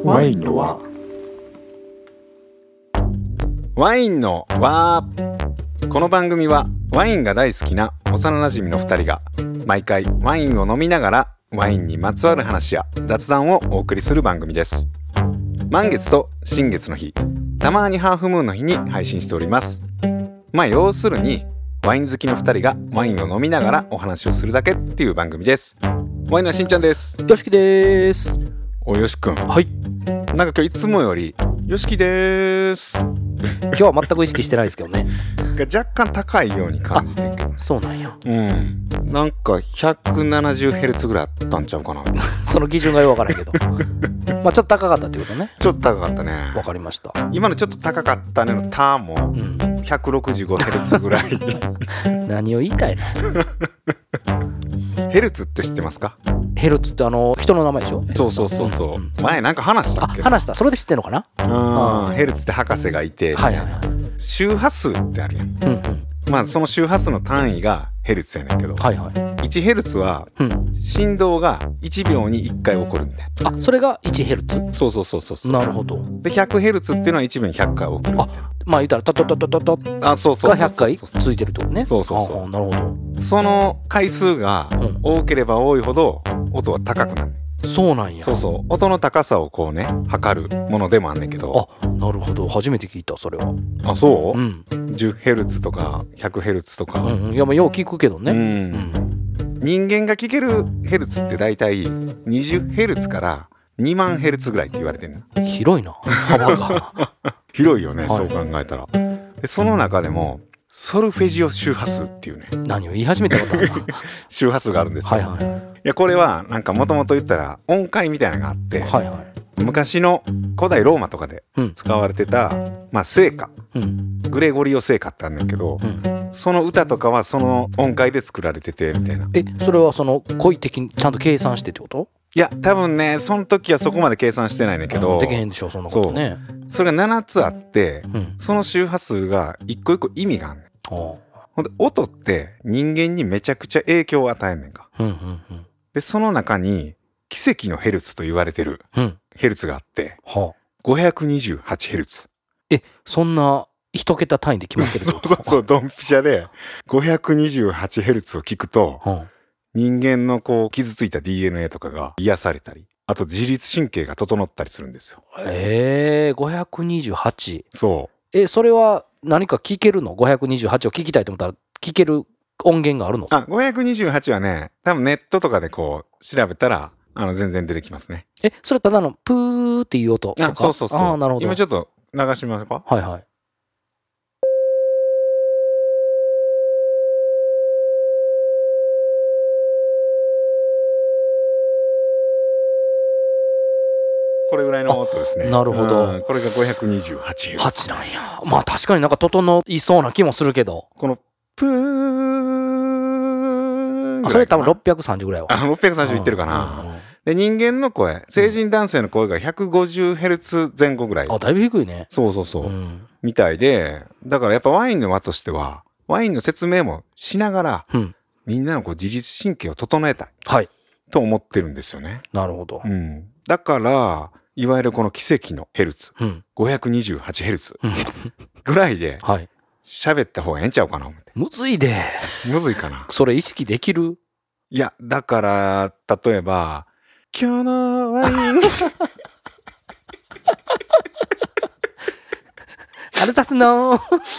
ワインの輪。ワインの輪。この番組はワインが大好きな幼なじみの2人が毎回ワインを飲みながらワインにまつわる話や雑談をお送りする番組です。満月と新月の日、たまにハーフムーンの日に配信しております。要するにワイン好きの2人がワインを飲みながらお話をするだけっていう番組です。ワインのしんちゃんです。 よしきです。 およしくん、 はい。 なんか今日いつもよりよしきです。 今日は全く意識してないですけどね。 若干高いように感じてんけど、ね、 そうなんや。 なんか 170Hz ぐらいあったんちゃうかな。 その基準がよくわからんけどちょっと高かったってことね。 ちょっと高かったね。 わかりました。 今のちょっと高かったねのターンも 165Hz ぐらい何を言いたいの。 ヘルツって知ってますか？ ヘルツって人の名前でしょ。 そう、前なんか話したっけ？ 話した。それで知ってんのかな。 ヘルツって博士がいてみたいな、周波数ってあるやん。その周波数の単位がヘルツやねんけど、1ヘルツは振動が1秒に1回起こるみたいな。 それが1ヘルツ。 そう。 なるほど。 で100ヘルツっていうのは1秒に100回起こるみたいな。 言ったらタタタタタタが100回ついてるってことね。 そう。 なるほど。 その回数が多ければ多いほど音は高くなる。 そうなんや。 そう音の高さをこうね測るものでもあんねんけど。 なるほど。初めて聞いたそれは。 そう、10ヘルツとか100ヘルツとか、 いやよう聞くけどね。 人間が聞けるヘルツってだいたい20ヘルツから2万ヘルツぐらいって言われてるの。 広いな、幅が。 広いよね、そう考えたら。でその中でもソルフェジオ周波数っていうね、 何を言い始めたことあるな。 周波数があるんですよ。いやこれはなんかもともと言ったら音階みたいなのがあって、昔の古代ローマとかで使われてた、聖歌、グレゴリオ聖歌ってあるんだけど、その歌とかはその音階で作られててみたいな。 それはその故意的にちゃんと計算してってこと？ いや多分ねその時はそこまで計算してないんだけど、 できへんでしょそんなことね。 それが7つあって、その周波数が一個一個意味があるねん。ほんで音って人間にめちゃくちゃ影響を与えんねんか。でその中に奇跡のヘルツと言われてるヘルツがあって、528Hz。 そんな一桁単位で決まってるぞ。 そうドンピシャで 528Hz を聞くと、人間のこう傷ついた DNA とかが癒されたり、あと自律神経が整ったりするんですよ。 528。 そう。 それは何か聞けるの？ 528 を聞きたいと思ったら聞ける音源があるの ？528はね、多分ネットとかでこう調べたら全然出てきますね。 それただのプーっていう音とか？ そう。 なるほど。 今ちょっと流してみますか？ はい。 これぐらいの音ですね。 なるほど。 これが 528Hz。 8なんや。確かになんか整いそうな気もするけど。 このプーそれ多分630ぐらいは。 630いってるかな。で人間の声、成人男性の声が 150Hz 前後ぐらい。 だいぶ低いね。 そう。みたいで、だからやっぱワインの輪としてはワインの説明もしながら、みんなのこう自律神経を整えたい、と思ってるんですよね。 なるほど。 だからいわゆるこの奇跡のヘルツ、528Hz ぐらいで喋った方がええんちゃうかな思って。 むずいで。 むずいかな。 それ意識できる？ いやだから例えば今日のワインアルザスの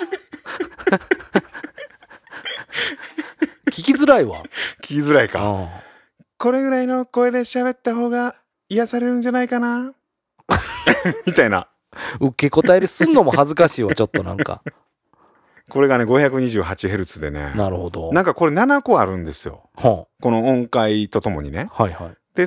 聞きづらいわ。 聞きづらいか。これぐらいの声で喋った方が癒されるんじゃないかなみたいな受け答えるすんのも恥ずかしいわ。ちょっとなんかこれがね 528Hz でね。 なるほど。 なんかこれ7個あるんですよ、この音階とともにね。で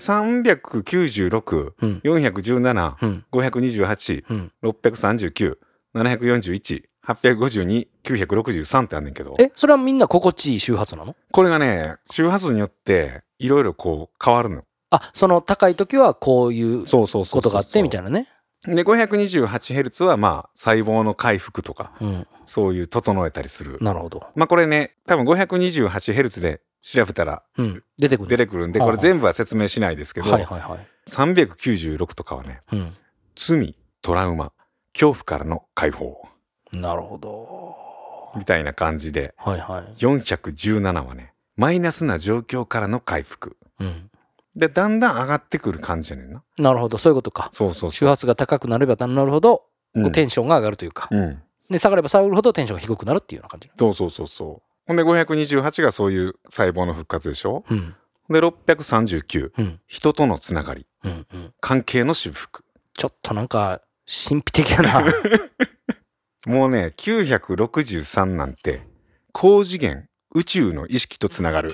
396、417、528、639、741、852、963ってあんねんけど。 それはみんな心地いい周波数なの？ これがね周波数によっていろいろこう変わるの。 その高い時はこういうことがあってみたいなね。 で 528Hz は細胞の回復とか、そういう整えたりする。 なるほど。 これね多分 528Hz で調べたら出てくるんで、これ全部は説明しないですけど、396とかはね、 罪、トラウマ、恐怖からの解放なるほど。 みたいな感じで、 はいはい。 417はね、マイナスな状況からの回復うん。 で、だんだん上がってくる感じやねんな。 なるほど、そういうことか。 そうそうそう。 周波数が高くなればなるほど、こうテンションが上がるというか、で下がれば下がるほどテンションが低くなるっていうような感じ。 そうそうそうそう。ほんで528がそういう細胞の復活でしょ。で639、人とのつながり、関係の修復。 ちょっとなんか神秘的だな。 もうね、963なんて高次元宇宙の意識とつながる。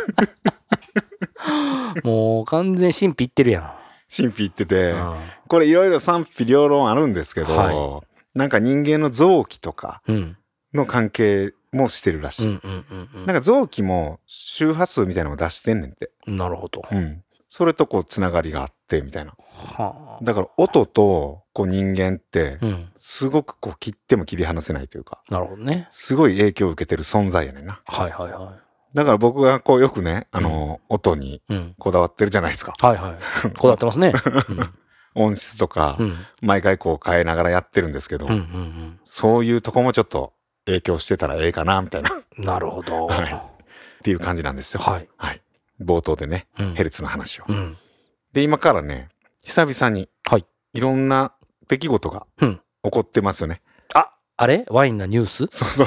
もう完全神秘いってるやん。 神秘言ってて、これいろいろ賛否両論あるんですけど、なんか人間の臓器とかの関係もしてるらしい。なんか臓器も周波数みたいなのを出してんねんて。 なるほど。 それとこうつながりがあってみたいな。だから音とこう人間ってすごくこう切っても切り離せないというか。 なるほどね。 すごい影響を受けてる存在やねんな。 はいはいはい。 だから僕がこうよくね、音にこだわってるじゃないですか。 はいはい。こだわってますね。 音質とか、毎回こう変えながらやってるんですけど、そういうとこもちょっと影響してたらええかな、みたいな。 なるほど。 っていう感じなんですよ。 はい。 冒頭でね、ヘルツの話を。で、今からね、久々に、いろんな出来事が起こってますよね。 あれワインなニュース？ そう。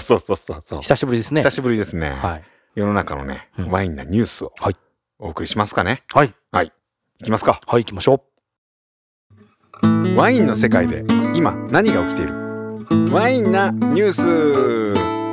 久しぶりですね。 久しぶりですね。世の中のね、ワインなニュースをお送りしますかね。いきますか。 行きましょう。ワインの世界で今何が起きている？ワインなニュース。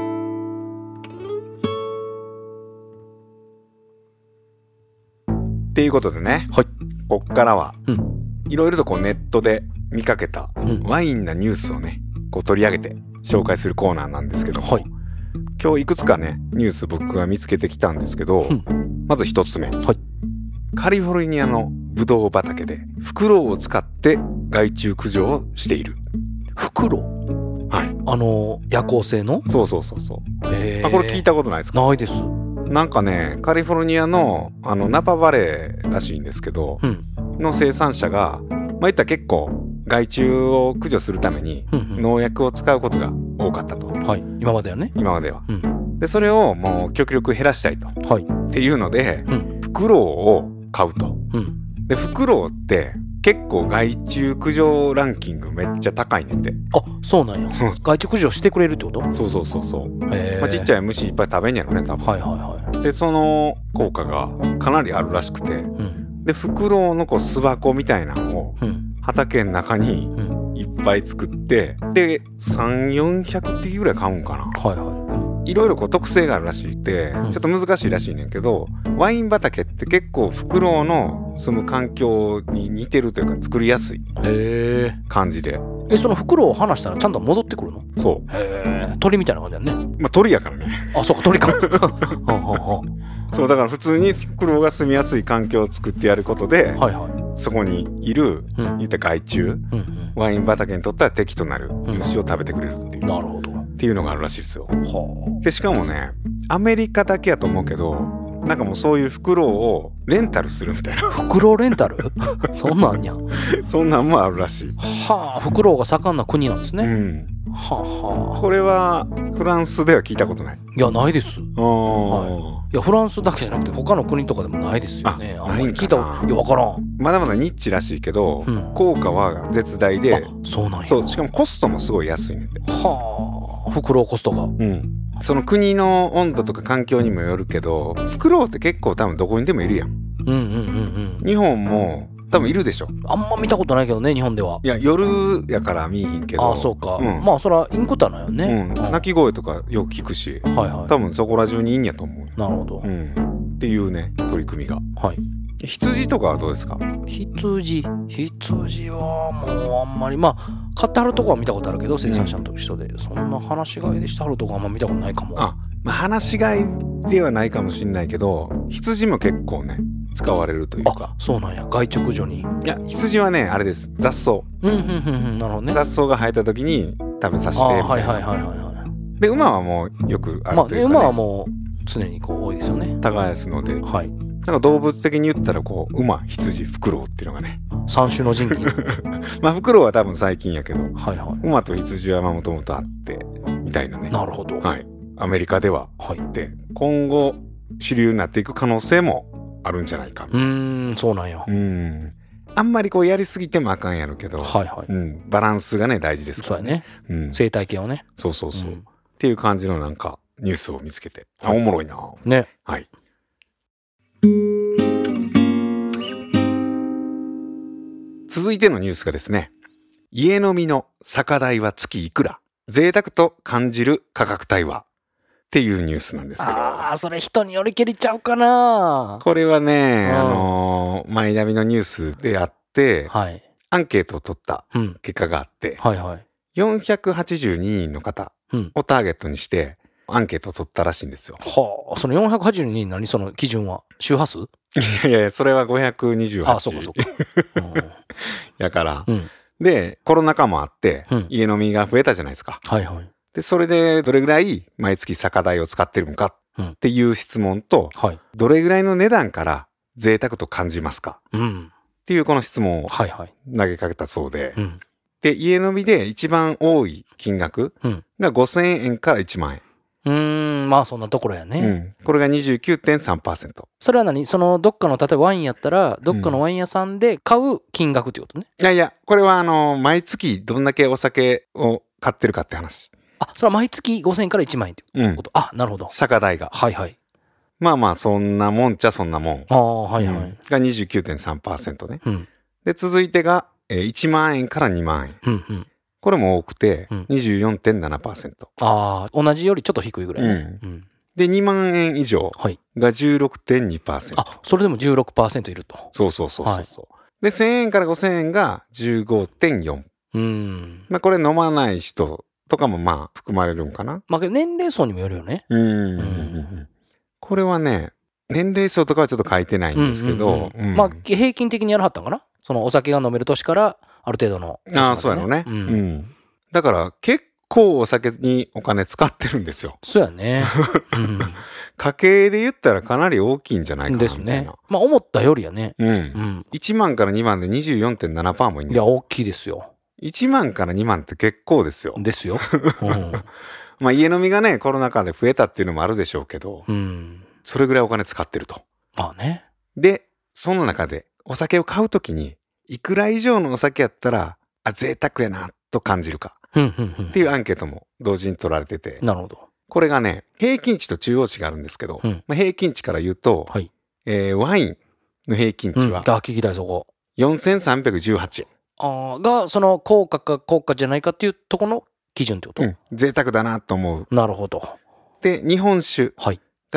っていうことでね、こっからはいろいろとこうネットで見かけたワインなニュースをね、こう取り上げて紹介するコーナーなんですけども、今日いくつかねニュース僕が見つけてきたんですけど、まず一つ目、カリフォルニアのブドウ畑でフクロウを使って害虫駆除をしている。 フクロウ？夜行性の？ そう。これ聞いたことないですか？ ないです。 なんかね、カリフォルニアのナパバレーらしいんですけど、の生産者が言ったら結構害虫を駆除するために農薬を使うことが多かったと。今まではね。今までは。でそれをもう極力減らしたいと。っていうので、フクロウを飼うと。でフクロウって結構害虫駆除ランキングめっちゃ高いねんて。 そうなんや。害虫駆除してくれるってこと？ そう。ちっちゃい虫いっぱい食べんやろね多分。でその効果がかなりあるらしくて、でフクロウのこう巣箱みたいなのを畑の中にいっぱい作って、で300-400匹ぐらい飼うんかな。いろいろこう特性があるらしくて、ちょっと難しいらしいねんけど、ワイン畑って結構フクロウの住む環境に似てるというか作りやすい感じで。 そのフクロウを離したらちゃんと戻ってくるの？そう。鳥みたいな感じだね。 鳥やからね。 そうか、鳥か。 そうだから普通にフクロウが住みやすい環境を作ってやることで、そこにいる言った害虫、ワイン畑にとっては敵となる虫を食べてくれるっていう。なるほど。っていうのがあるらしいですよ。でしかもね、アメリカだけやと思うけど、なんかもうそういうフクロウをレンタルするみたいな。 フクロウレンタル？そんなんあんや。 そんなんもあるらしい。 フクロウが盛んな国なんですね。 これはフランスでは聞いたことない？ いや、ないです。いや、フランスだけじゃなくて他の国とかでもないですよね。 ないんかな。 聞いたこと、いや、わからん。 まだまだニッチらしいけど、効果は絶大で、 そうなんや。 そう、しかもコストもすごい安いねんで。 フクロウコストが。 その国の温度とか環境にもよるけど、フクロウって結構多分どこにでもいるやん。日本も多分いるでしょ。あんま見たことないけどね、日本では。いや、夜やから見えへんけど。そうか。まあそらいんことはないよね。鳴き声とかよく聞くし、多分そこら中にいいんやと思う。なるほど。っていうね、取り組みが。羊とかはどうですか？羊はもうあんまり、まあ買ってはるとこは見たことあるけど、生産者の人で、そんな放し飼いでしてはるとこはあんま見たことないかも。放し飼いではないかもしれないけど、羊も結構ね使われるというか。そうなんや。害虫駆除に。いや、羊はねあれです。雑草。なるほどね。雑草が生えた時に食べさせてみたいな。で馬はもうよくあるというか、馬はもう常にこう多いですよね。耕すので。 なんか動物的に言ったらこう馬、羊、フクロウっていうのがね三種の神器まあフクロウは多分最近やけど、 はいはい、 馬と羊はもともとあってみたいなね。 なるほど、 はい、アメリカではあって、はい、今後主流になっていく可能性もあるんじゃないか。 そうなんや。 あんまりこうやりすぎてもあかんやろけど、 はいはい、 バランスがね大事ですからね。 そうやね、生態系をね。 そうそうそう、っていう感じのなんかニュースを見つけて、おもろいなね。 はい。続いてのニュースがですね、家飲みの酒代は月いくら、贅沢と感じる価格帯はっていうニュースなんですけど。 それ人によりけりちゃうかな。 これはね、マイナビのニュースであって、 はい、 アンケートを取った結果があって、 はいはい、 482人の方をターゲットにしてアンケートを取ったらしいんですよ。 はあ、その482人何その基準は周波数？ いやいや、それは528。 あ、そうかそうか。 やから、でコロナ禍もあって、家飲みが増えたじゃないですか。 はいはい。 でそれでどれぐらい毎月酒代を使ってるのかっていう質問と、どれぐらいの値段から贅沢と感じますか、っていうこの質問を投げかけたそうで、で家飲みで一番多い金額が5000円から1万円。 まあそんなところやね。 これが 29.3%。 それは何？そのどっかの例えばワインやったらどっかのワイン屋さんで買う金額っていうことね。 いやいや、これは毎月どんだけお酒を買ってるかって話。 それは毎月5000円から1万円っていうこと。なるほど。 酒代が。 はいはい。 まあまあそんなもんちゃそんなもん。 はいはい。 が 29.3% ね。で続いてが1万円から2万円。これも多くて 24.7%。 同じよりちょっと低いぐらいね。 で2万円以上が 16.2%。 それでも 16% いると。 そうそうそうそう。で1000円から5000円が 15.4%。まあこれ飲まない人とかもまあ含まれるんかな。 まあ年齢層にもよるよね。 これはね、年齢層とかはちょっと書いてないんですけど、 まあ平均的にやらはったんかな。そのお酒が飲める年からある程度の年までね。 そうやろね。だから結構お酒にお金使ってるんですよ。 そうやね。 家計で言ったらかなり大きいんじゃないかなみたいな。ですね。 まあ思ったよりやね。 1万から2万で 24.7% もいいんだよ。 いや大きいですよ。 1万から2万って結構ですよ。 ですよ。 まあ家飲みがねコロナ禍で増えたっていうのもあるでしょうけど、それぐらいお金使ってると。 まあね。 でその中でお酒を買うときにいくら以上のお酒やったら贅沢やなと感じるかっていうアンケートも同時に取られてて。 なるほど。 これがね平均値と中央値があるんですけど、平均値から言うと、ワインの平均値は聞きたいそこ。 4318円。 がその高価か高価じゃないかっていうところの基準ってこと？ 贅沢だなと思う。 なるほど。 で日本酒が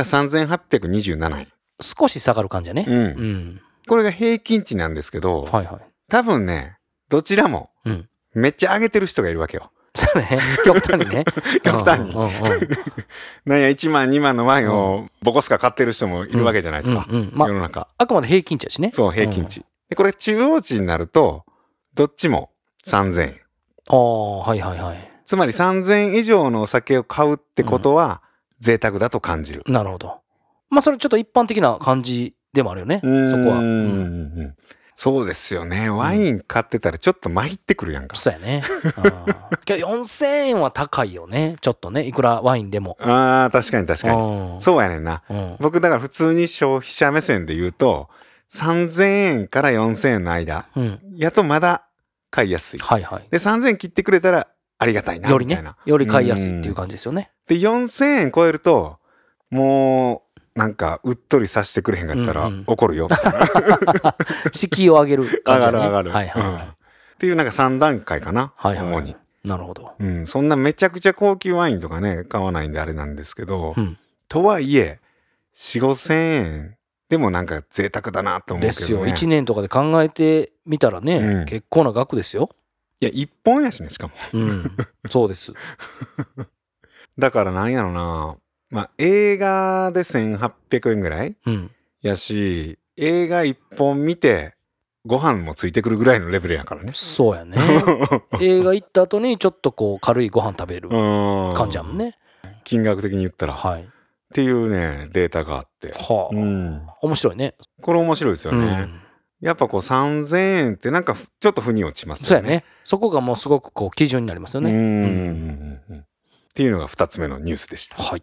3827円。 少し下がる感じやね。 これが平均値なんですけど、多分ねどちらもめっちゃ上げてる人がいるわけよ。 そうね。極端にね。 極端に。なんや1万2万のワインをボコスカ買ってる人もいるわけじゃないですか。世の中。 あくまで平均値やしね。 そう平均値。でこれ中央値になるとどっちも3000円。 はいはいはい。 つまり3000円以上のお酒を買うってことは贅沢だと感じる。 なるほど。まあそれちょっと一般的な感じでもあるよね。そこは。 そうですよね。ワイン買ってたらちょっと参ってくるやんか。 そうやね。けど4000円は高いよね。ちょっとね。いくらワインでも。 確かに確かに。そうやねんな。僕だから普通に消費者目線で言うと3000円から4000円の間やとまだ買いやすい。で3000円切ってくれたらありがたいなみたいな。 より買いやすいっていう感じですよね。 で4000円超えるともうなんかうっとりさせてくれへんかったら怒るよみたいな。 敷居を上げる感じ、ね、 上がる。っていうなんか3段階かな、主に。 なるほど。 そんなめちゃくちゃ高級ワインとかね買わないんであれなんですけど、とはいえ4、5千円でもなんか贅沢だなと思うけどね。 ですよ。1年とかで考えてみたらね、結構な額ですよ。 いや1本やしねしかも。 そうです。 だからなんやろな。まあ映画で1800円ぐらい、やし映画1本見てご飯もついてくるぐらいのレベルやからね。 そうやね。映画行った後にちょっとこう軽いご飯食べる感じやもんね。 金額的に言ったら。 っていうねデータがあって、 はあ、面白いね。 これ面白いですよね。やっぱこう3000円ってなんかちょっと腑に落ちますよね。 そうやね。そこがもうすごくこう基準になりますよね。 っていうのが2つ目のニュースでした。 はい。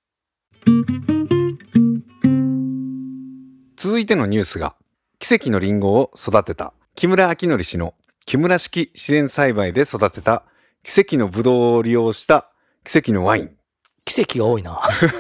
続いてのニュースが、奇跡のリンゴを育てた木村明則氏の木村式自然栽培で育てた奇跡のブドウを利用した奇跡のワイン。 奇跡が多いな。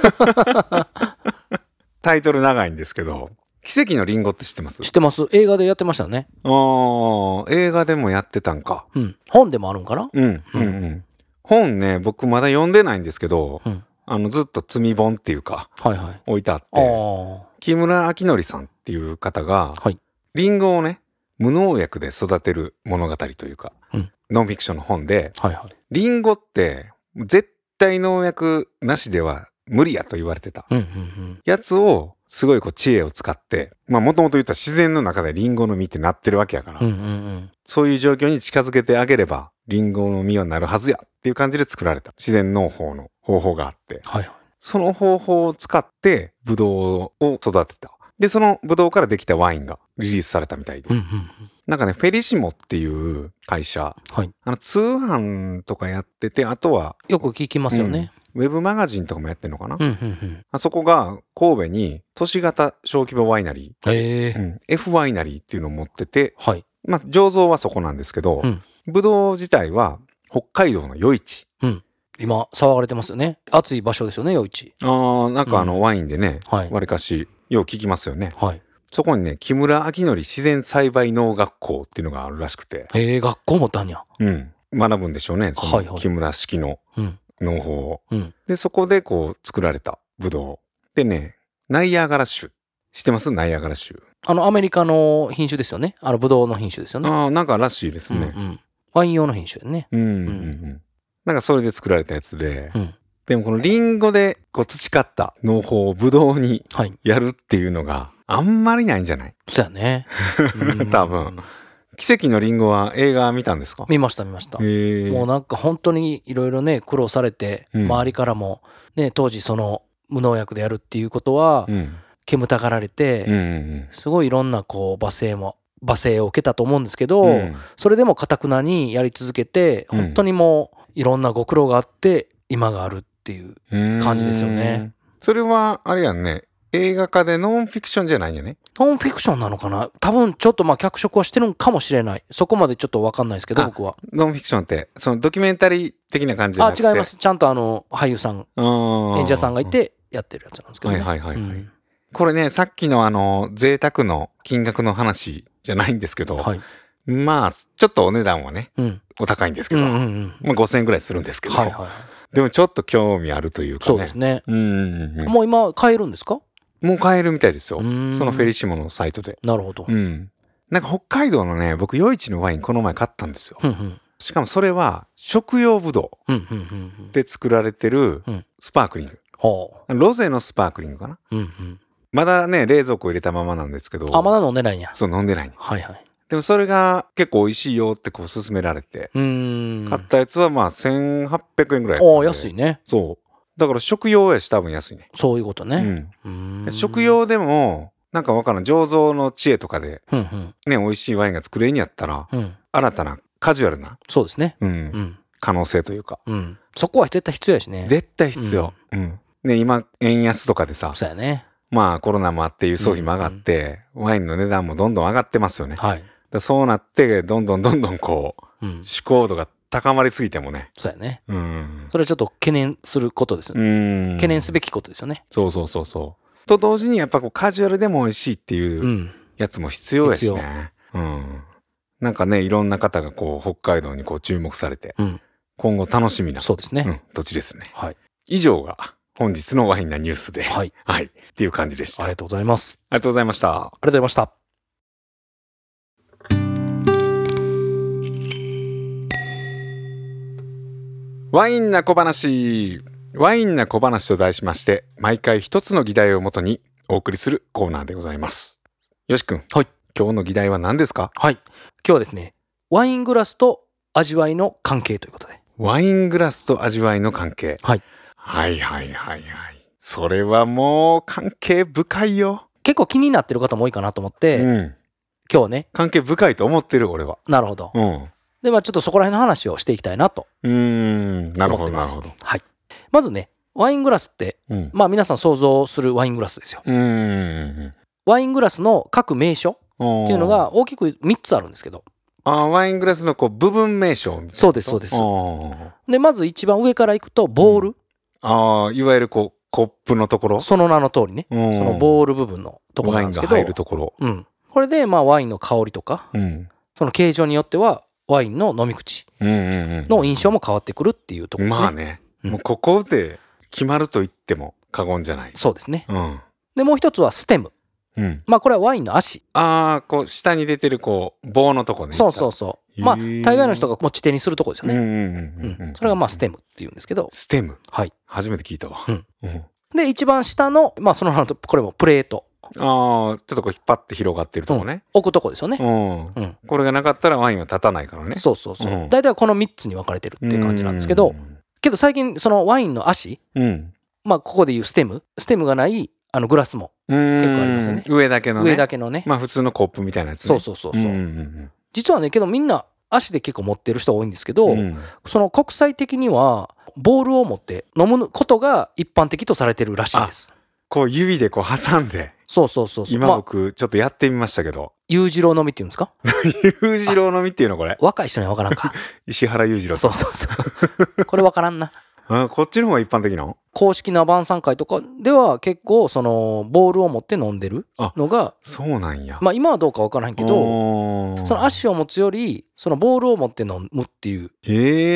タイトル長いんですけど、奇跡のリンゴって知ってます？ 知ってます。映画でやってましたよね。 映画でもやってたんか。 本でもあるんかな。 本ね、僕まだ読んでないんですけど、ずっと積み本っていうか、置いてあって、木村明則さんっていう方が、リンゴをね、無農薬で育てる物語というか、ノンフィクションの本で、リンゴって絶対農薬なしでは無理やと言われてたやつを、すごいこう知恵を使って、もともと言ったら自然の中でリンゴの実ってなってるわけやから、そういう状況に近づけてあげればリンゴの実はなるはずやっていう感じで作られた自然農法の方法があって、その方法を使ってブドウを育てた。でそのブドウからできたワインがリリースされたみたいで、なんかねフェリシモっていう会社、通販とかやってて、あとはよく聞きますよね。 ウェブマガジンとかもやってるのかな。あそこが神戸に都市型小規模ワイナリー、F ワイナリーっていうのを持ってて、醸造はそこなんですけど、ブドウ自体は北海道の余市、 今騒がれてますよね。暑い場所ですよね、余市。 なんかワインでね、わりかしよう聞きますよね。そこにね、木村明則自然栽培農学校っていうのがあるらしくて、 学校もたんや。 学ぶんでしょうね、その木村式の農法を、でそこでこう作られたブドウでね、ナイアガラ種知ってます？ナイアガラ種、 アメリカの品種ですよね。ブドウの品種ですよね。 なんからしいですね。 ワイン用の品種ね。 なんかそれで作られたやつで、でもこのリンゴでこう培った農法をブドウにやるっていうのがあんまりないんじゃない？ そうやね。 多分。奇跡のリンゴは映画見たんですか？ 見ました。もうなんか本当にいろいろね苦労されて、周りからもね当時その無農薬でやるっていうことは煙たがられて、すごいいろんなこう罵声を受けたと思うんですけど、それでも堅くなにやり続けて、本当にもういろんなご苦労があって今があるっていう感じですよね。 それはあれやんね、映画化でノンフィクションじゃないんやね。 ノンフィクションなのかな。多分ちょっと脚色はしてるんかもしれない。そこまでちょっと分かんないですけど、僕は。 ノンフィクションってそのドキュメンタリー的な感じじゃなくて。 違います。ちゃんと俳優さん、演者さんがいてやってるやつなんですけどね。これね、さっきの贅沢の金額の話じゃないんですけど、まあちょっとお値段はね、お高いんですけど、5000円ぐらいするんですけど、でもちょっと興味あるというかね。 そうですね。もう今買えるんですか？ もう買えるみたいですよ。そのフェリシモのサイトで。 なるほど。 なんか北海道のね、僕余市のワインこの前買ったんですよ。しかもそれは食用ブドウで作られてるスパークリング。ロゼのスパークリングかな。まだね冷蔵庫入れたままなんですけど。 まだ飲んでないんや。 そう、飲んでない。でもそれが結構美味しいよってこう勧められて、買ったやつはまあ1800円ぐらい。 安いね。 そう。だから食用やし多分安いね。 そういうことね。 食用でもなんかわからん醸造の知恵とかでね、美味しいワインが作れんやったら、新たなカジュアルな、 そうですね。 可能性というか、 そこは絶対必要やしね。 絶対必要。ね、今円安とかでさ、 そうやね。 まあコロナもあって輸送費も上がって、ワインの値段もどんどん上がってますよね。そうなってどんどんこう、嗜好度が高まりすぎてもね。 そうやね。それはちょっと懸念することですよね。懸念すべきことですよね。 そう。と同時にやっぱこうカジュアルでも美味しいっていうやつも必要やしね。なんかね、いろんな方がこう北海道にこう注目されて、今後楽しみな。 そうですね。 土地ですね。以上が本日のワインなニュースで、っていう感じでした。 ありがとうございます。 ありがとうございました。 ありがとうございました。 ワインな小話。ワインな小話と題しまして、毎回一つの議題をもとにお送りするコーナーでございます。よし君、今日の議題は何ですか？ 今日はですね、ワイングラスと味わいの関係ということで。 ワイングラスと味わいの関係。 はい。 はい。 それはもう関係深いよ。 結構気になってる方も多いかなと思って、今日ね。 関係深いと思ってる俺は。 なるほど。で、ちょっとそこら辺の話をしていきたいなと思ってます。はい。まずね、ワイングラスって、皆さん想像するワイングラスですよ。ワイングラスの各名称っていうのが大きく3つあるんですけど。 ワイングラスの部分名称みたいな。 そうです、そうです。で、まず一番上からいくと、ボール。 いわゆるコップのところ。 その名の通りね。そのボール部分のところなんですけど。 ワインが入るところ。 これで、ワインの香りとか、その形状によっては、ワインの飲み口の印象も変わってくるっていうところですね。 まあね。もうここで決まると言っても過言じゃない。 そうですね。で、もう一つはステム。これはワインの足。 下に出てる棒のとこね。 そう。大概の人が持ち手にするとこですよね。それがステムって言うんですけど。 ステム。 はい。 初めて聞いたわ。 で、一番下の、その名のとこれもプレート。 ちょっと引っ張って広がってるとこね。 置くとこですよね。 これがなかったらワインは立たないからね。 そう。大体この3つに分かれてるっていう感じなんですけど、最近そのワインの足、ここでいうステムがないグラスも結構ありますよね。 上だけのね。 上だけのね。 普通のコップみたいなやつね。 そう。実はね、けどみんな足で結構持ってる人多いんですけど、その国際的にはボールを持って飲むことが一般的とされてるらしいです。 指で挟んで。 そう。 今僕ちょっとやってみましたけど。 裕次郎飲みっていうんですか？ 裕次郎飲みっていうのこれ。 若い人には分からんか。 石原裕次郎さん。 そう。これ分からんな。 こっちの方が一般的なの？ 公式な晩餐会とかでは結構そのボールを持って飲んでるのが、 そうなんや。 今はどうか分からへんけど、その足を持つよりそのボールを持って飲むっていう。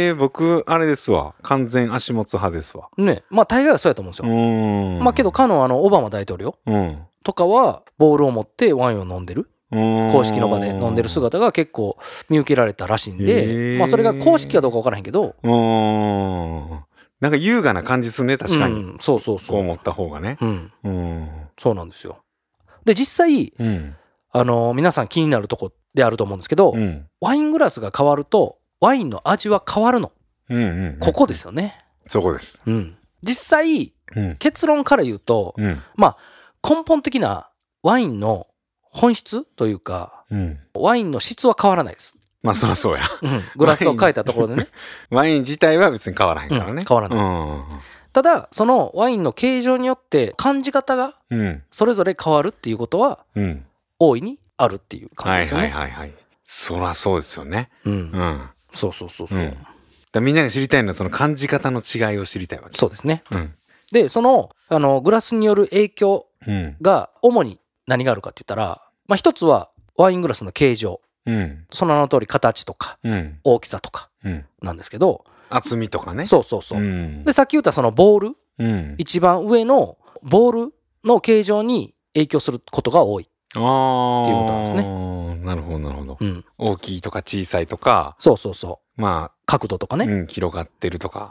僕あれですわ、完全足持つ派ですわね。大概はそうやと思うんですよ。けどかのオバマ大統領とかはボールを持ってワインを飲んでる、公式の場で飲んでる姿が結構見受けられたらしいんで、それが公式かどうか分からへんけど、 なんか優雅な感じするね、確かに。 そう。 こう思った方がね。 そうなんですよ。で、実際、皆さん気になるとこであると思うんですけど、ワイングラスが変わると、ワインの味は変わるの。ここですよね。 そこです。 実際、結論から言うと、根本的なワインの本質というか、ワインの質は変わらないです。 そりゃそうや。 グラスを変えたところでね。 ワイン自体は別に変わらへんからね。 変わらない。ただ、そのワインの形状によって感じ方がそれぞれ変わるっていうことは、大いにあるっていう感じですよね。 そりゃそうですよね。 そう。 みんなが知りたいのはその感じ方の違いを知りたいわけ。 そうですね。で、そのグラスによる影響が主に何があるかって言ったら、一つはワイングラスの形状。その名の通り形とか大きさとかなんですけど、 厚みとかね。 そう。で、さっき言ったそのボール、一番上のボールの形状に影響することが多いっていうことなんですね。 なるほど。大きいとか小さいとか。 そう。角度とかね。 広がってるとか。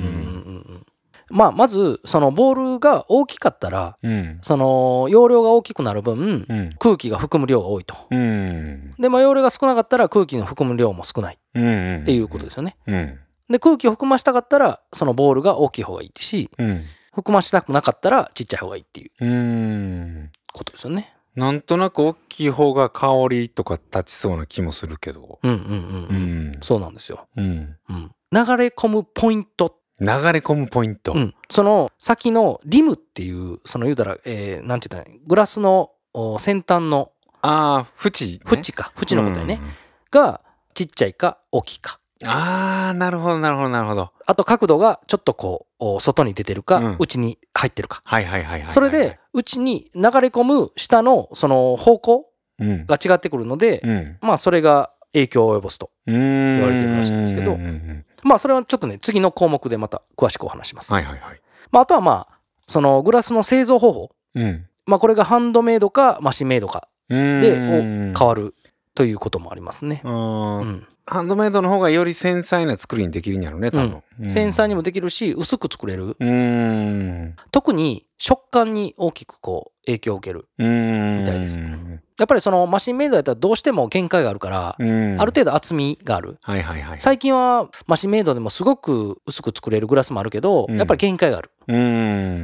まずそのボールが大きかったら、その容量が大きくなる分、空気が含む量が多いと。で、容量が少なかったら空気の含む量も少ないっていうことですよね。で、空気を含ましたかったらそのボールが大きい方がいいし、含ましたくなかったらちっちゃい方がいいっていうことですよね。 なんとなく大きい方が香りとか立ちそうな気もするけど。 そうなんですよ。流れ込むポイント。その先のリムっていう、その言うたら、なんて言ったらグラスの先端の縁のことね、がちっちゃいか大きいか。 なるほど。 あと角度がちょっと外に出てるか、内に入ってるか。それで内に流れ込む下のその方向が違ってくるので、それが影響を及ぼすと言われてるらしいんですけど、それはちょっとね、次の項目でまた詳しくお話します。あとはそのグラスの製造方法、これがハンドメイドかマシンメイドかで変わるということもありますね。 ハンドメイドの方がより繊細な作りにできるんやろね、多分。 繊細にもできるし、薄く作れる。特に食感に大きく影響を受けるみたいです。やっぱりそのマシンメイドやったらどうしても限界があるから、ある程度厚みがある。最近はマシンメイドでもすごく薄く作れるグラスもあるけど、やっぱり限界がある。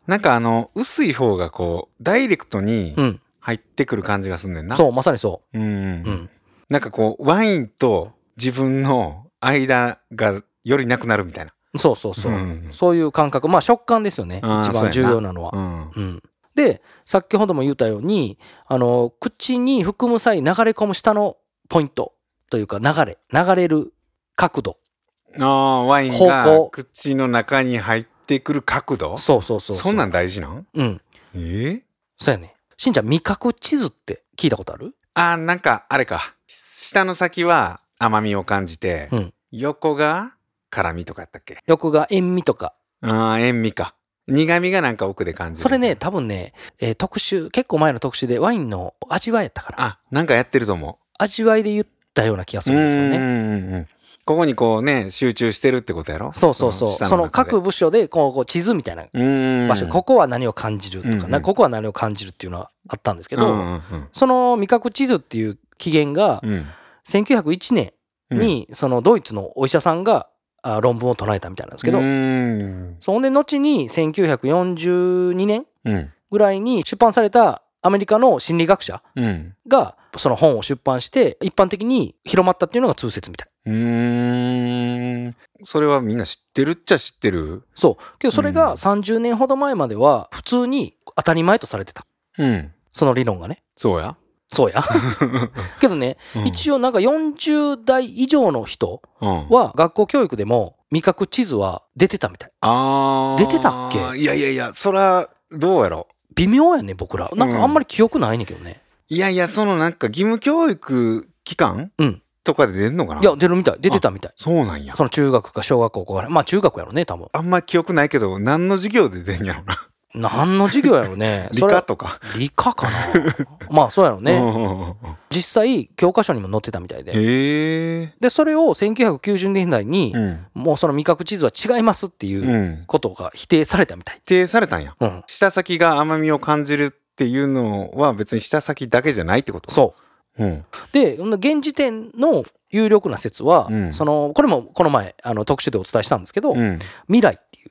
なんか薄い方がこうダイレクトに入ってくる感じがすんねんな。 そうまさにそう。 なんかこうワインと自分の間がよりなくなるみたいな。 そう、そういう感覚。まあ食感ですよね、一番重要なのは。で先ほども言ったように口に含む際流れ込む下のポイントというか流れる角度、 ワインが口の中に入ってくる角度。そうそんなん大事なん？ そうやね。しんちゃん、味覚地図って聞いたことある？ なんかあれか、下の先は甘みを感じて、横が辛みとかやったっけ？ 横が塩味とか。 塩味か。苦味がなんか奥で感じる。 それね、多分ね、結構前の特集でワインの味わいやったから。 なんかやってると思う。 味わいで言ったような気がするんですよね。 ここにこうね、集中してるってことやろ？そう。 その各部署でこう地図みたいな場所、ここは何を感じるとか、ここは何を感じるっていうのはあったんですけど、その味覚地図っていう起源が、1901年にそのドイツのお医者さんが論文を唱えたみたいなんですけど、そんで後に1942年ぐらいに出版されたアメリカの心理学者がその本を出版して一般的に広まったっていうのが通説みたい。 それはみんな知ってるっちゃ知ってる。 そうけどそれが30年ほど前までは普通に当たり前とされてた、その理論がね。 そうやけどね、一応なんか40代以上の人は学校教育でも味覚地図は出てたみたい。出てたっけ？ いやそらどうやろ。 微妙やね、僕らなんかあんまり記憶ないねんけどね。 いやそのなんか義務教育機関とかで出るのかな。 いや出てたみたい。 そうなんや。 その中学か小学校か、まあ中学やろね多分。 あんまり記憶ないけど何の授業で出んやろな。 何の授業やろね。 理科とか。 理科かな。まあそうやろね。実際教科書にも載ってたみたいで。でそれを1990年代に、もうその味覚地図は違いますっていうことが否定されたみたい。 否定されたんや。舌先が甘みを感じるっていうのは別に舌先だけじゃないってこと？そう。 で現時点の有力な説は、これもこの前特集でお伝えしたんですけど、未来っていう、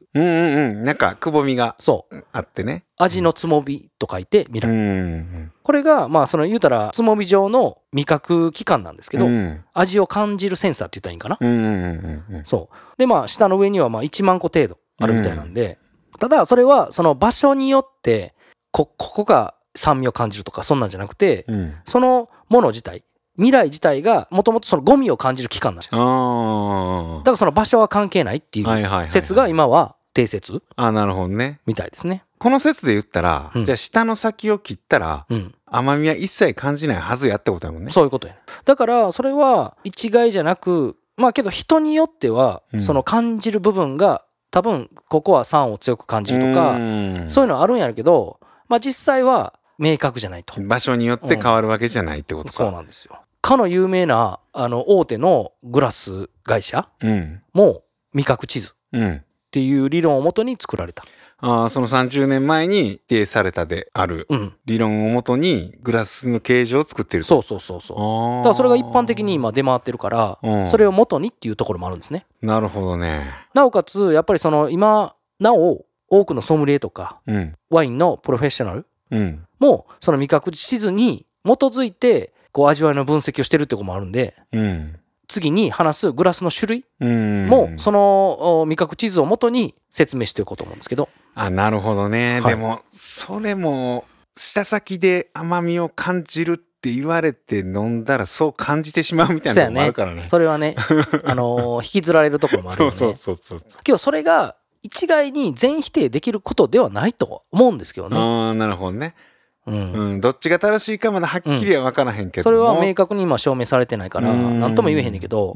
なんかくぼみがあってね、 味のつもびと書いて未来、これがまあその言うたらつもび状の味覚器官なんですけど、味を感じるセンサーって言ったらいいんかな。そうでまあ舌の上にはまあ1万個程度あるみたいなんで、ただそれはその場所によってここが酸味を感じるとかそんなんじゃなくて、そのもの自体、未来自体がもともとそのゴミを感じる器官なんですよ。だからその場所は関係ないっていう説が今は定説。 なるほどね。 みたいですね。 この説で言ったら、じゃあ舌の先を切ったら、甘みは一切感じないはずやってことやもんね。 そういうことや。だからそれは一概じゃなく、まあけど人によってはその感じる部分が多分ここは酸を強く感じるとか、そういうのはあるんやるけど、まあ実際は明確じゃないと。 場所によって変わるわけじゃないってことか。 そうなんですよ。かの有名な大手のグラス会社も味覚地図っていう理論をもとに作られた。 その30年前に否定されたである理論をもとにグラスの形状を作ってる。 そう。だからそれが一般的に今出回ってるから、それを元にっていうところもあるんですね。 なるほどね。 なおかつやっぱりその今なお多くのソムリエとか、ワインのプロフェッショナルもうその味覚地図に基づいてこう味わいの分析をしてるってこともあるんで、次に話すグラスの種類もその味覚地図をもとに説明していこうと思うんですけど。 なるほどね。でもそれも舌先で甘みを感じるって言われて飲んだらそう感じてしまうみたいなのもあるからね。 それはね引きずられるところもあるよね。そうけどそれが一概に全否定できることではないと思うんですけどね。 なるほどね。どっちが正しいかまだはっきりは分からへんけど、 それは明確に今証明されてないから何とも言えへんねんけど、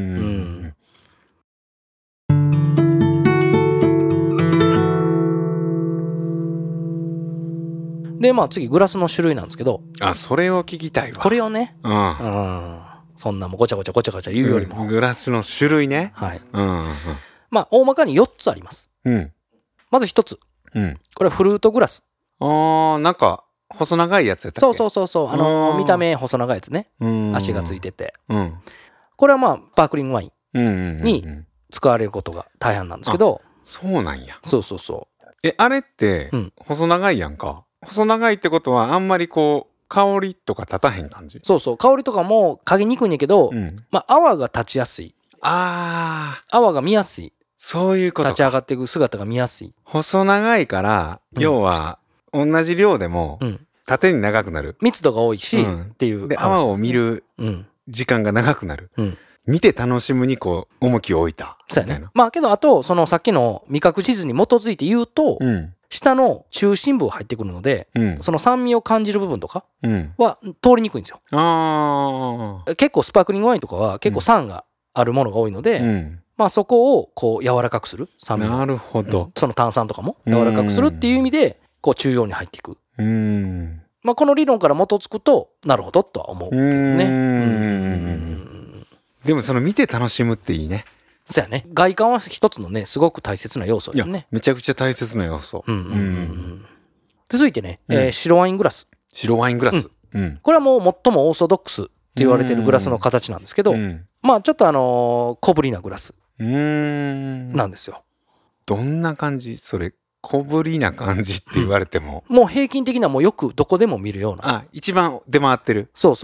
でまあ次グラスの種類なんですけど、 それを聞きたいわ。 これをね、そんなもごちゃごちゃ言うよりも、 グラスの種類ね。 はい。まあ大まかに4つあります。まず1つ、これはフルートグラス。 なんか細長いやつやったっけ？ そう見た目細長いやつね。足がついてて、これはまあスパークリングワインに使われることが大半なんですけど。 そうなんや。 そうあれって細長いやんか。細長いってことはあんまりこう香りとか立たへん感じ。 そうそう、香りとかも嗅ぎにくいんやけど、泡が立ちやすい。泡が見やすい。 そういうことか。 立ち上がっていく姿が見やすい。 細長いから、要は同じ量でも縦に長くなる。 密度が多いし、っていう。 で、泡を見る時間が長くなる。見て楽しむにこう重きを置いた。 そうやね。まあけどあとそのさっきの味覚地図に基づいて言うと、下の中心部が入ってくるので、その酸味を感じる部分とかは通りにくいんですよ。結構スパークリングワインとかは結構酸があるものが多いので、まあそこをこう柔らかくする。酸味を。 なるほど。 その炭酸とかも柔らかくするっていう意味でこう中央に入っていく。まあこの理論から基づくとなるほどとは思うけどね。 でもその見て楽しむっていいね。 そうやね。外観は一つのねすごく大切な要素だよね。 めちゃくちゃ大切な要素。 続いてね、白ワイングラス。 白ワイングラス。 これはもう最もオーソドックスって言われてるグラスの形なんですけど、まあちょっと小ぶりなグラスなんですよ。 どんな感じ？それ小ぶりな感じって言われても、 もう平均的なもうよくどこでも見るような。 一番出回ってる。 そう。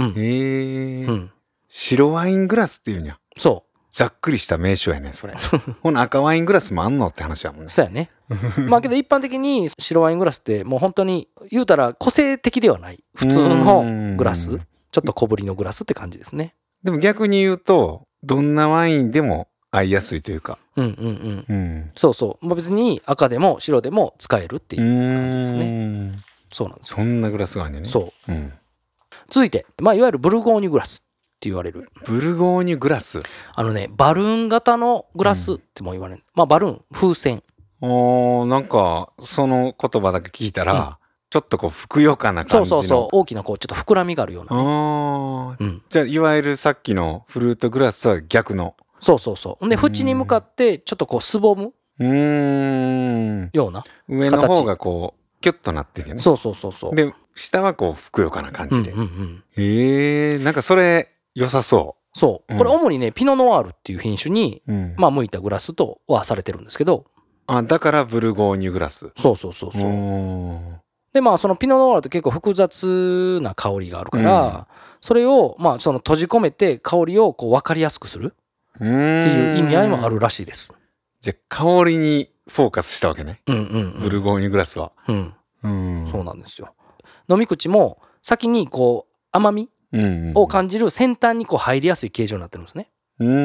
へえ。白ワイングラスっていうんや。 そう。 ざっくりした名称やねそれ。この赤ワイングラスもあんのって話やもんね。 そうやね。まあけど一般的に白ワイングラスってもう本当に言うたら個性的ではない普通のグラス、ちょっと小ぶりのグラスって感じですね。 でも逆に言うとどんなワインでも合いやすいというか。そうそう。まあ、別に赤でも白でも使えるっていう感じですね。そうなんです。 そんなグラスがあるんだよね。 そう。続いて、まあいわゆるブルゴーニュグラスって言われる。 ブルゴーニュグラス。 バルーン型のグラスっても言われる。まあバルーン、風船。 なんかその言葉だけ聞いたら、ちょっとこうふくよかな感じの。 そう。大きなこうちょっと膨らみがあるような、 ね。じゃあいわゆるさっきのフルートグラスとは逆の。 そう。で縁に向かってちょっとこうすぼむような上の方がこうキュッとなっててね。 そう。で下はこうふくよかな感じで。なんかそれ良さそう。 これ主にねピノノワールっていう品種に、まあ向いたグラスとはされてるんですけど。 だからブルゴーニュグラス。 そう。でまあそのピノノワールって結構複雑な香りがあるから、それをまあその閉じ込めて香りをこう分かりやすくするっていう意味合いもあるらしいです。 じゃあ香りにフォーカスしたわけね。ブルゴーニュグラスは。 そうなんですよ。飲み口も先にこう甘みを感じる先端にこう入りやすい形状になってるんですね。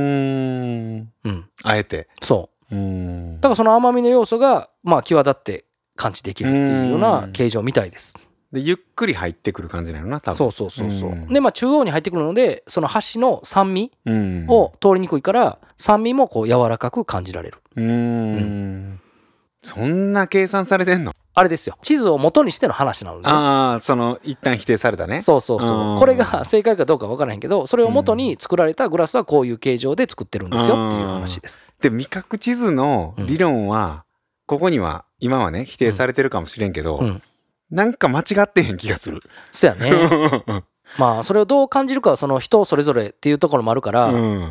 あえて。 そう。だからその甘みの要素がまあ際立って感知できるっていうような形状みたいです。 でゆっくり入ってくる感じなのな多分。 そう。でまあ中央に入ってくるのでその端の酸味を通りにくいから酸味もこう柔らかく感じられる。 そんな計算されてんの？ あれですよ。地図を元にしての話なので。 その一旦否定されたね。 そう。これが正解かどうか分からへんけど、それを元に作られたグラスはこういう形状で作ってるんですよっていう話です。 で味覚地図の理論は、ここには今はね否定されてるかもしれんけど、なんか間違ってへん気がする。 そうやね。まあそれをどう感じるかはその人それぞれっていうところもあるから、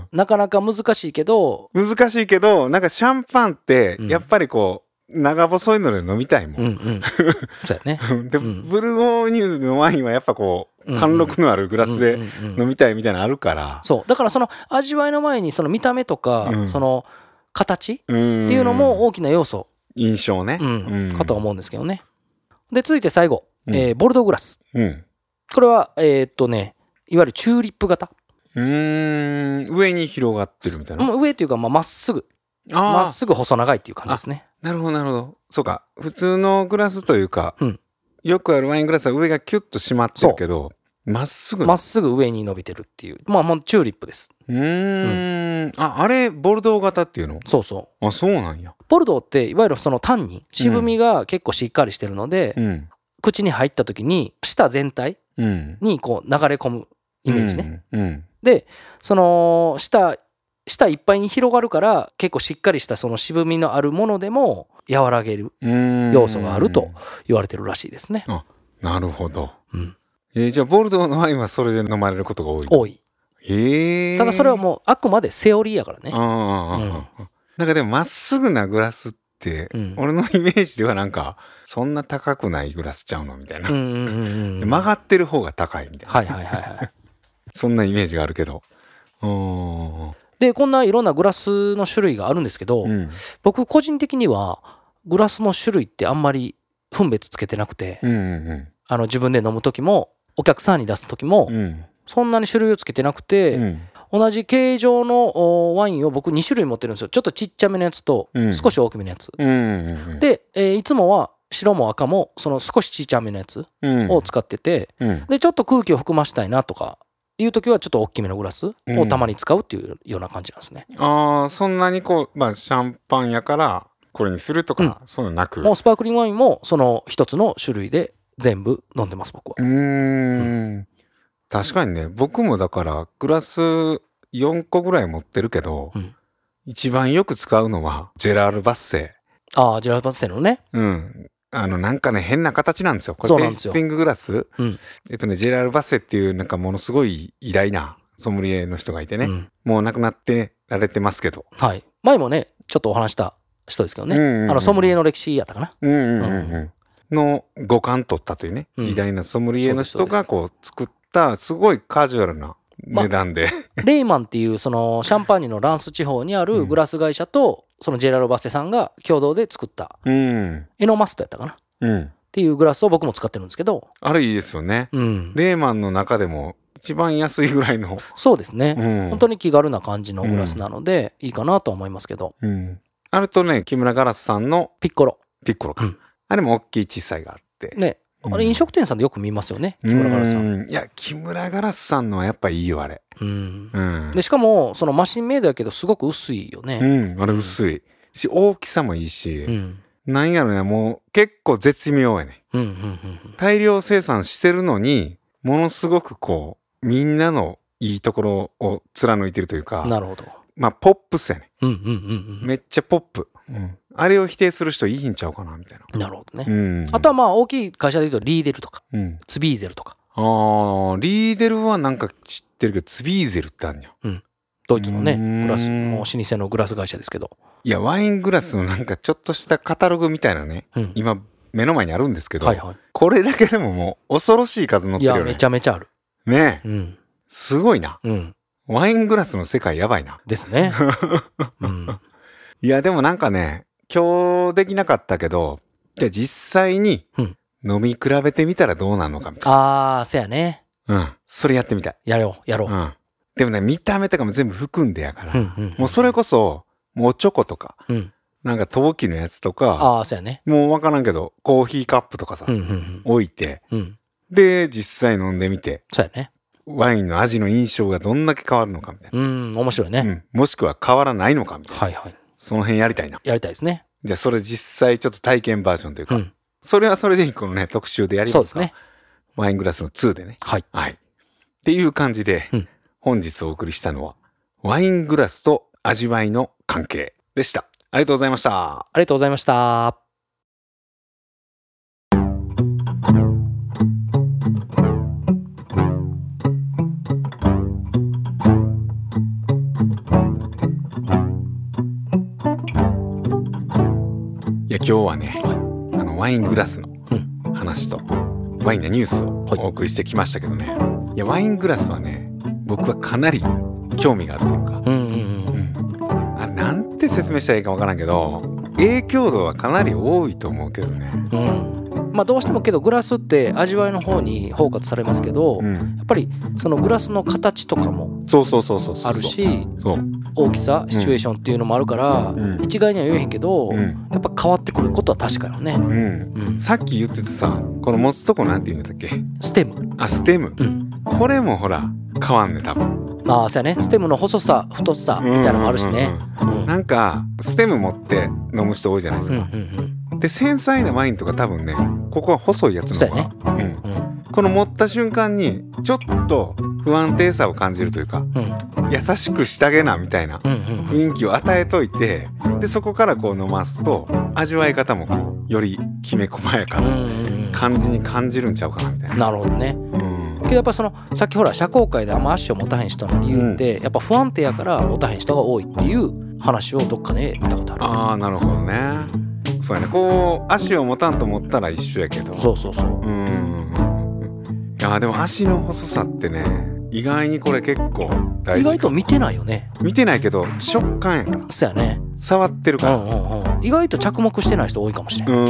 なかなか難しいけどなんかシャンパンってやっぱりこう長細いので飲みたいもん。 そうやね。 でブルゴーニュのワインはやっぱこう貫禄のあるグラスで飲みたいみたいなのあるから。 そうだからその味わいの前にその見た目とか、その形っていうのも大きな要素印象ね、 かと思うんですけどね。で続いて最後、ボルドーグラス。これはいわゆるチューリップ型。 上に広がってるみたいな。 上っていうかまっすぐ細長いっていう感じですね。 なるほど。そうか。普通のグラスというか、よくあるワイングラスは上がキュッと締まってるけど、まっすぐ上に伸びてるっていう。まあもうチューリップです。 あれボルドー型っていうの？そう。そうなんや。 ボルドーっていわゆるそのタンニン、渋みが結構しっかりしてるので、口に入った時に舌全体にこう流れ込むイメージね。でその舌いっぱいに広がるから結構しっかりしたその渋みのあるものでも和らげる要素があると言われてるらしいですね。 なるほど。じゃあボルドーのワインはそれで飲まれることが多い。ただそれはもうあくまでセオリーやからね。 なんかでもまっすぐなグラスっ 、俺のイメージではなんかそんな高くないグラスちゃうのみたいな、で曲がってる方が高いみたいな、そんなイメージがあるけど、 でこんないろんなグラスの種類があるんですけど、僕個人的にはグラスの種類ってあんまり分別つけてなくて、自分で飲む時もお客さんに出す時も、そんなに種類をつけてなくて、同じ形状のワインを僕2種類持ってるんですよ。ちょっとちっちゃめのやつと少し大きめのやつ、で、いつもは白も赤もその少しちっちゃめのやつを使ってて、でちょっと空気を含ましたいなとかいう時はちょっと大きめのグラスをたまに使うっていうような感じなんですね。 そんなにこう、シャンパンやからこれにするとか、そういうのなく、 もうスパークリングワインもその一つの種類で全部飲んでます僕は。 確かにね、僕もだからグラス4個ぐらい持ってるけど、一番よく使うのはジェラール・バッセ。 ジェラール・バッセのね、 なんかね変な形なんですよ。これテイスティンググラス、ジェラール・バッセっていうなんかものすごい偉大なソムリエの人がいてね、もう亡くなってられてますけど、 前もねちょっとお話した人ですけどね、ソムリエの歴史やったかな、 の5冠取ったというね、偉大なソムリエの人がこう作ったすごいカジュアルな値段で、 レイマンっていうそのシャンパーニュのランス地方にあるグラス会社とそのジェラール・バッセさんが共同で作ったエノマストやったかな、っていうグラスを僕も使ってるんですけど、 あれいいですよね、レイマンの中でも一番安いぐらいの、 そうですね、本当に気軽な感じのグラスなのでいいかなとは思いますけど、 あれとね木村ガラスさんのピッコロか、あれも大きい小さいがあってね、あれ飲食店さんでよく見ますよね、木村ガラスさん。 いや木村ガラスさんのはやっぱいいよあれ。 でしかもそのマシンメイドやけどすごく薄いよね。 あれ薄いし大きさもいいし、なんやろね、もう結構絶妙やね。大量生産してるのにものすごくこうみんなのいいところを貫いてるというか。 なるほど。 ポップスやね。めっちゃポップ。あれを否定する人いいんちゃうかなみたいな。 なるほどね。あとは大きい会社で言うとリーデルとか、ツビーゼルとか。 リーデルはなんか知ってるけどツビーゼルってあるんや。 ドイツのねグラスもう老舗のグラス会社ですけど。いやワイングラスのなんかちょっとしたカタログみたいなね、今目の前にあるんですけど、これだけでももう恐ろしい数載ってるよね。 いやめちゃめちゃあるね。すごいな。ワイングラスの世界やばいな。 ですね。 いやでもなんかね今日できなかったけど、じゃあ実際に飲み比べてみたらどうなるのかみたいな。 そうやね。 それやってみたい。 やろう。 でもね見た目とかも全部含んでやから、もうそれこそもうチョコとか、なんか陶器のやつとか、 そうやね。 もう分からんけどコーヒーカップとかさ、置いて、で実際飲んでみて、 そうやね。 ワインの味の印象がどんだけ変わるのかみたいな。 面白いね。 もしくは変わらないのかみたいな。その辺やりたいな。 やりたいですね。 じゃあそれ実際ちょっと体験バージョンというか、それはそれでこのね特集でやりますか。そうですね。ワイングラスの2でね。っていう感じで、本日お送りしたのはワイングラスと味わいの関係でした。ありがとうございました。 ありがとうございました。 いや今日はね、ワイングラスの話と、ワインのニュースをお送りしてきましたけどね、いやワイングラスはね僕はかなり興味があるというか、あれなんて説明したらいいかわからんけど影響度はかなり多いと思うけどね。 どうしてもけどグラスって味わいの方にフォーカスされますけど、やっぱりそのグラスの形とかもあるし、大きさシチュエーションっていうのもあるから、一概には言えへんけど、やっぱ変わってくることは確かよね。 さっき言ってたさ、この持つとこなんて言うんだっけ？ ステム。 ステム。これもほら変わんね多分。 そうやね。ステムの細さ太さみたいなのもあるしね。 なんかステム持って飲む人多いじゃないですか。で繊細なワインとか多分ねここは細いやつの方が、この持った瞬間にちょっと不安定さを感じるというか、優しくしてあげなみたいな雰囲気を与えといて、でそこからこう飲ますと味わい方もこうよりきめ細やかな感じに感じるんちゃうかなみたいな。 なるほどね。けどやっぱそのさっきほら社交界であんま足を持たへん人の理由って、やっぱ不安定やから持たへん人が多いっていう話をどっかで見たことある。 なるほどね。 そうやね、こう足を持たんと思ったら一緒やけど。 そうそうそう。 いやでも足の細さってね、意外にこれ結構大事。 意外と見てないよね。 見てないけど食感やから。 そうやね。 触ってるから、 意外と着目してない人多いかもしれない。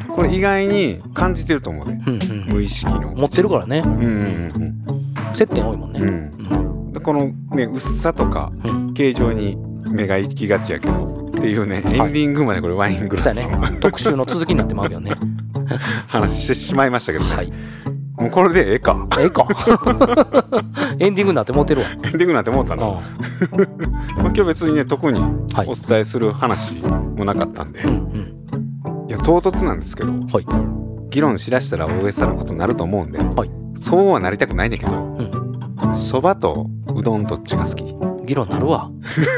これ意外に感じてると思うね、無意識の持ってるからね。接点多いもんね。 このね薄さとか形状に目が行きがちやけどっていうね、エンディングまでこれワイングラスの、 特集の続きになってまうけどね話してしまいましたけどね、もうこれでええかエンディングになってもうてるわ。 エンディングになってもうたなまあ今日別にね特にお伝えする話もなかったんで、いや唐突なんですけど、議論しだしたら大げさなことになると思うんで、そうはなりたくないんだけど、そばとうどんどっちが好き？ 議論なるわ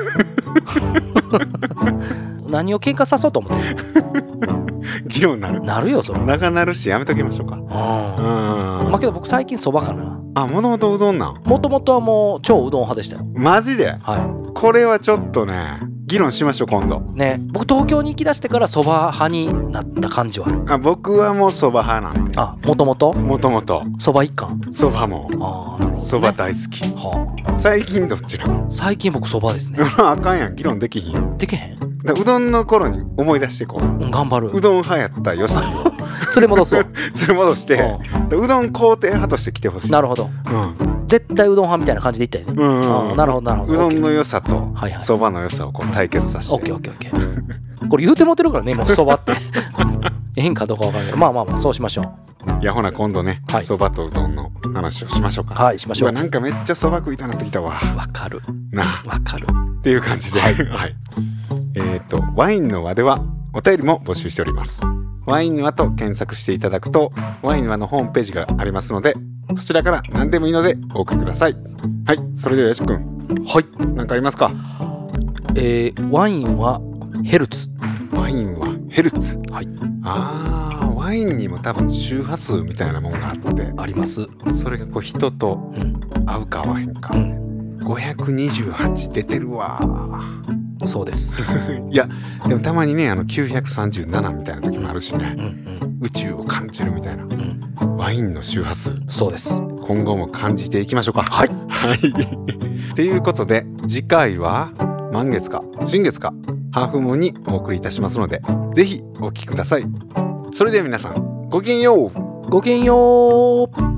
何を喧嘩さそうと思ってる議論なるよそれ。 長なるしやめときましょうか。 まあけど僕最近そばかな。 もともとうどんなん？ もともとはもう超うどん派でしたよ。 マジで？これはちょっとね議論しましょう今度ね。僕東京に行きだしてからそば派になった感じはある。 僕はもうそば派なんで。 もともとそば一貫。 そばもそば大好き。最近どっちなの？最近僕そばですねあかんやん、議論できひん。 できへん。 うどんの頃に思い出していこう。 頑張る。 うどん派やった良さを連れ戻そう連れ戻してうどん肯定派として来てほしい。 なるほど、絶対うどん派みたいな感じで言ったよね。なるほどなるほど。 うどんの良さとそばの良さをこう対決させて。 オッケーこれ言うてもってるからねもうそばってええんかどうかわからないけど、まあそうしましょう。いやほな今度ねそばとうどんの話をしましょうか。 しましょう。 なんかめっちゃそば食いたなってきたわ。 わかるっていう感じで、ワインの輪ではお便りも募集しております。ワインの輪と検索していただくとワインの輪のホームページがありますので、そちらから何でもいいのでお送りください。はい、それではよしくん、何かありますか？ ワインはヘルツ。 ワインはヘルツ。ワインにも多分周波数みたいなもんがあってあります。 それがこう人と合うか合わへんか、528出てるわ。 そうですいやでもたまにね937みたいな時もあるしね、宇宙を感じるみたいな、ワインの周波数。 そうです。 今後も感じていきましょうか。っていうことで次回は満月か新月かハーフムーンにお送りいたしますので、ぜひお聞きください。それでは皆さんごきげんよう。 ごきげんよう。